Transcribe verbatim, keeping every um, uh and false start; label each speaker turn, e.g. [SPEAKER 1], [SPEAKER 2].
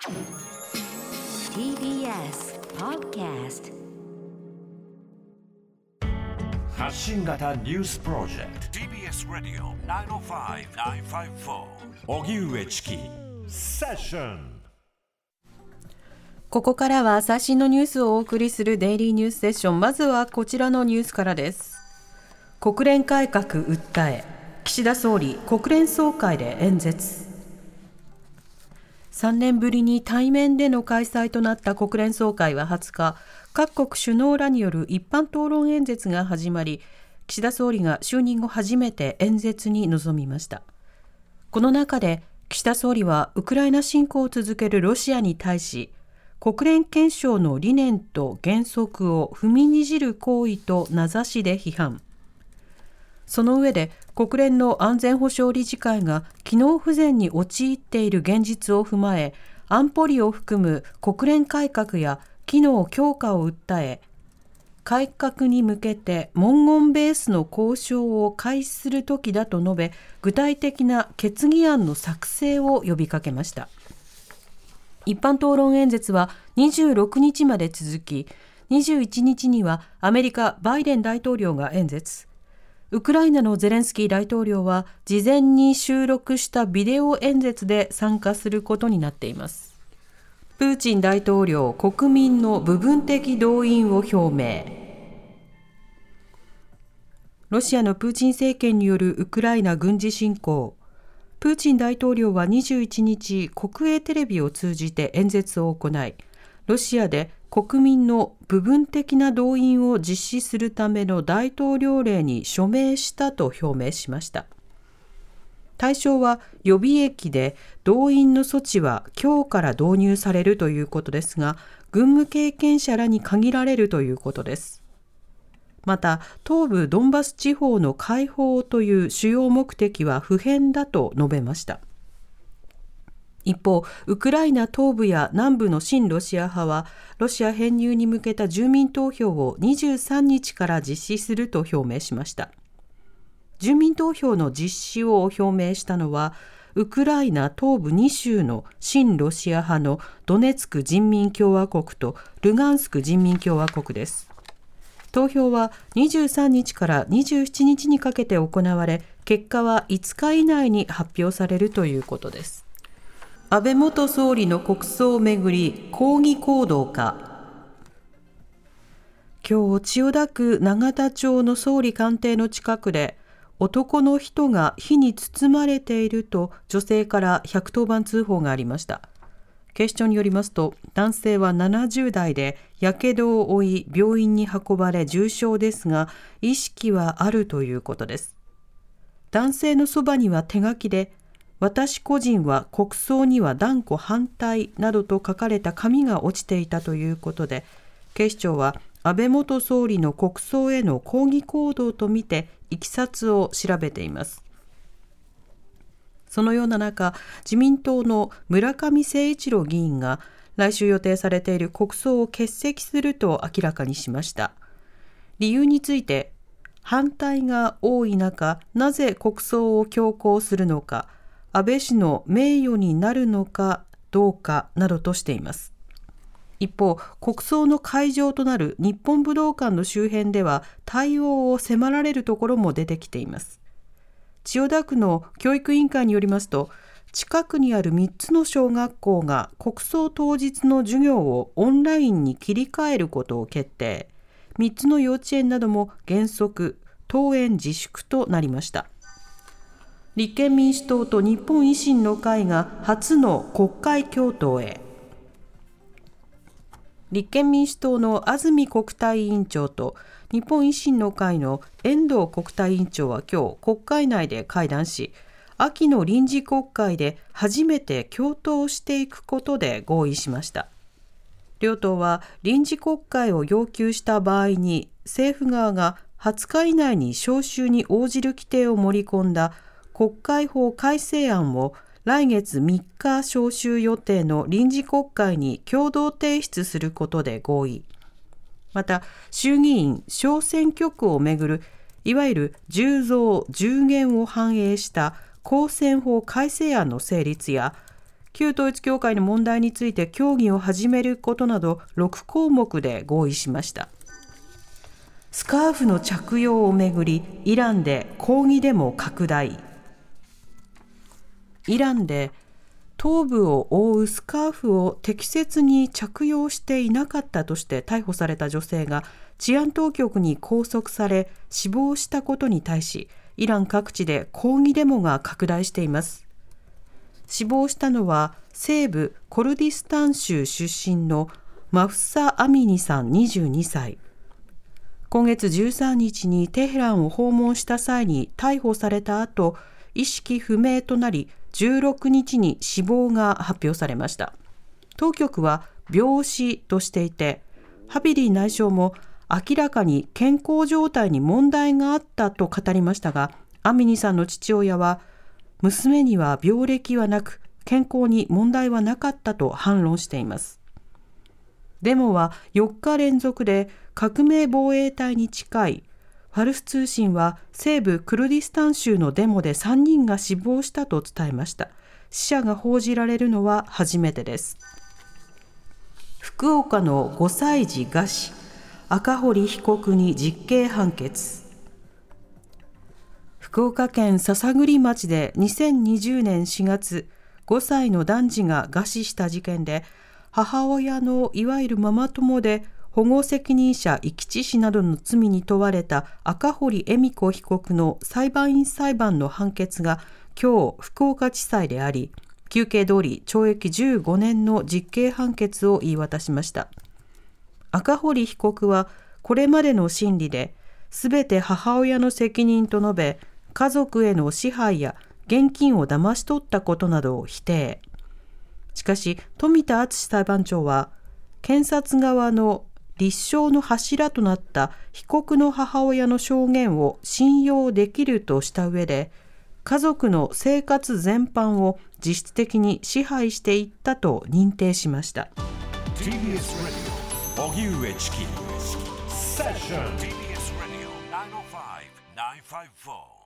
[SPEAKER 1] ティービーエス Podcast
[SPEAKER 2] 発信型ニュースプロジェクト ティービーエス ラディオ きゅうまるご きゅうごよん 荻上チキセッション。
[SPEAKER 3] ここからは最新のニュースをお送りするデイリーニュースセッション。まずはこちらのニュースからです。国連改革訴え、岸田総理国連総会で演説。さんねんぶりに対面での開催となった国連総会ははつか、各国首脳らによる一般討論演説が始まり、岸田総理が就任後初めて演説に臨みました。この中で岸田総理はウクライナ侵攻を続けるロシアに対し、国連憲章の理念と原則を踏みにじる行為と名指しで批判。その上で国連の安全保障理事会が機能不全に陥っている現実を踏まえ、安保理を含む国連改革や機能強化を訴え、改革に向けて文言ベースの交渉を開始する時だと述べ、具体的な決議案の作成を呼びかけました。一般討論演説はにじゅうろくにちまで続き、にじゅういちにちにはアメリカバイデン大統領が演説。ウクライナのゼレンスキー大統領は事前に収録したビデオ演説で参加することになっています。プーチン大統領、国民の部分的動員を表明。ロシアのプーチン政権によるウクライナ軍事侵攻。プーチン大統領はにじゅういちにち、国営テレビを通じて演説を行い、ロシアで国民の部分的な動員を実施するための大統領令に署名したと表明しました。対象は予備役で、動員の措置は今日から導入されるということですが、軍務経験者らに限られるということです。また、東部ドンバス地方の解放という主要目的は不変だと述べました。一方、ウクライナ東部や南部の親ロシア派は、ロシア編入に向けた住民投票をにじゅうさんにちから実施すると表明しました。住民投票の実施を表明したのは、ウクライナ東部に州の親ロシア派のドネツク人民共和国とルガンスク人民共和国です。投票はにじゅうさんにちからにじゅうしちにちにかけて行われ、結果はいつか以内に発表されるということです。安倍元総理の国葬をめぐり抗議行動か。今日、千代田区永田町の総理官邸の近くで、男の人が火に包まれていると女性からひゃくとおばん通報がありました。警視庁によりますと、男性はななじゅうだいでやけどを負い病院に運ばれ重傷ですが、意識はあるということです。男性のそばには手書きで、私個人は国葬には断固反対などと書かれた紙が落ちていたということで、警視庁は安倍元総理の国葬への抗議行動とみていきさつを調べています。そのような中、自民党の村上誠一郎議員が来週予定されている国葬を欠席すると明らかにしました。理由について、反対が多い中、なぜ国葬を強行するのか、安倍氏の名誉になるのかどうかなどとしています。一方、国葬の会場となる日本武道館の周辺では対応を迫られるところも出てきています。千代田区の教育委員会によりますと、近くにあるみっつの小学校が国葬当日の授業をオンラインに切り替えることを決定。みっつの幼稚園なども原則登園自粛となりました。立憲民主党と日本維新の会が初の国会共闘へ。立憲民主党の安住国対委員長と日本維新の会の遠藤国対委員長は今日国会内で会談し、秋の臨時国会で初めて共闘していくことで合意しました。両党は臨時国会を要求した場合に政府側がはつか以内に召集に応じる規定を盛り込んだ国会法改正案を来月みっか召集予定の臨時国会に共同提出することで合意。また、衆議院小選挙区をめぐるいわゆるじゅうぞうじゅうげんを反映した公選法改正案の成立や、 旧統一教会の問題について協議を始めることなどろくこうもくで合意しました。スカーフの着用をめぐり、イランで抗議デモ拡大。イランで頭部を覆うスカーフを適切に着用していなかったとして逮捕された女性が治安当局に拘束され死亡したことに対し、イラン各地で抗議デモが拡大しています。死亡したのは西部コルディスタン州出身のマフサ・アミニさんにじゅうにさい。今月じゅうさんにちにテヘランを訪問した際に逮捕された後、意識不明となりじゅうろくにちに死亡が発表されました。当局は病死としていて、ハビリ内相も明らかに健康状態に問題があったと語りましたが、アミニさんの父親は娘には病歴はなく健康に問題はなかったと反論しています。デモはよっか連続で革命防衛隊に近いファルス通信は西部クルディスタン州のデモでさんにんが死亡したと伝えました。死者が報じられるのは初めてです。福岡のごさい児餓死、赤堀被告に実刑判決。福岡県篠栗町でにせんにじゅうねんしがつ、ごさいの男児が餓死した事件で、母親のいわゆるママ友で保護責任者遺棄致死などの罪に問われた赤堀恵美子被告の裁判員裁判の判決が今日福岡地裁であり、求刑通り懲役じゅうごねんの実刑判決を言い渡しました。赤堀被告はこれまでの審理で全て母親の責任と述べ、家族への支配や現金を騙し取ったことなどを否定。しかし富田敦裁判長は検察側の立証の柱となった被告の母親の証言を信用できるとした上で、家族の生活全般を実質的に支配していったと認定しました。
[SPEAKER 2] ティービーエス ラジオ荻上チキセッション ティービーエス ラジオきゅうまるご きゅうごよん。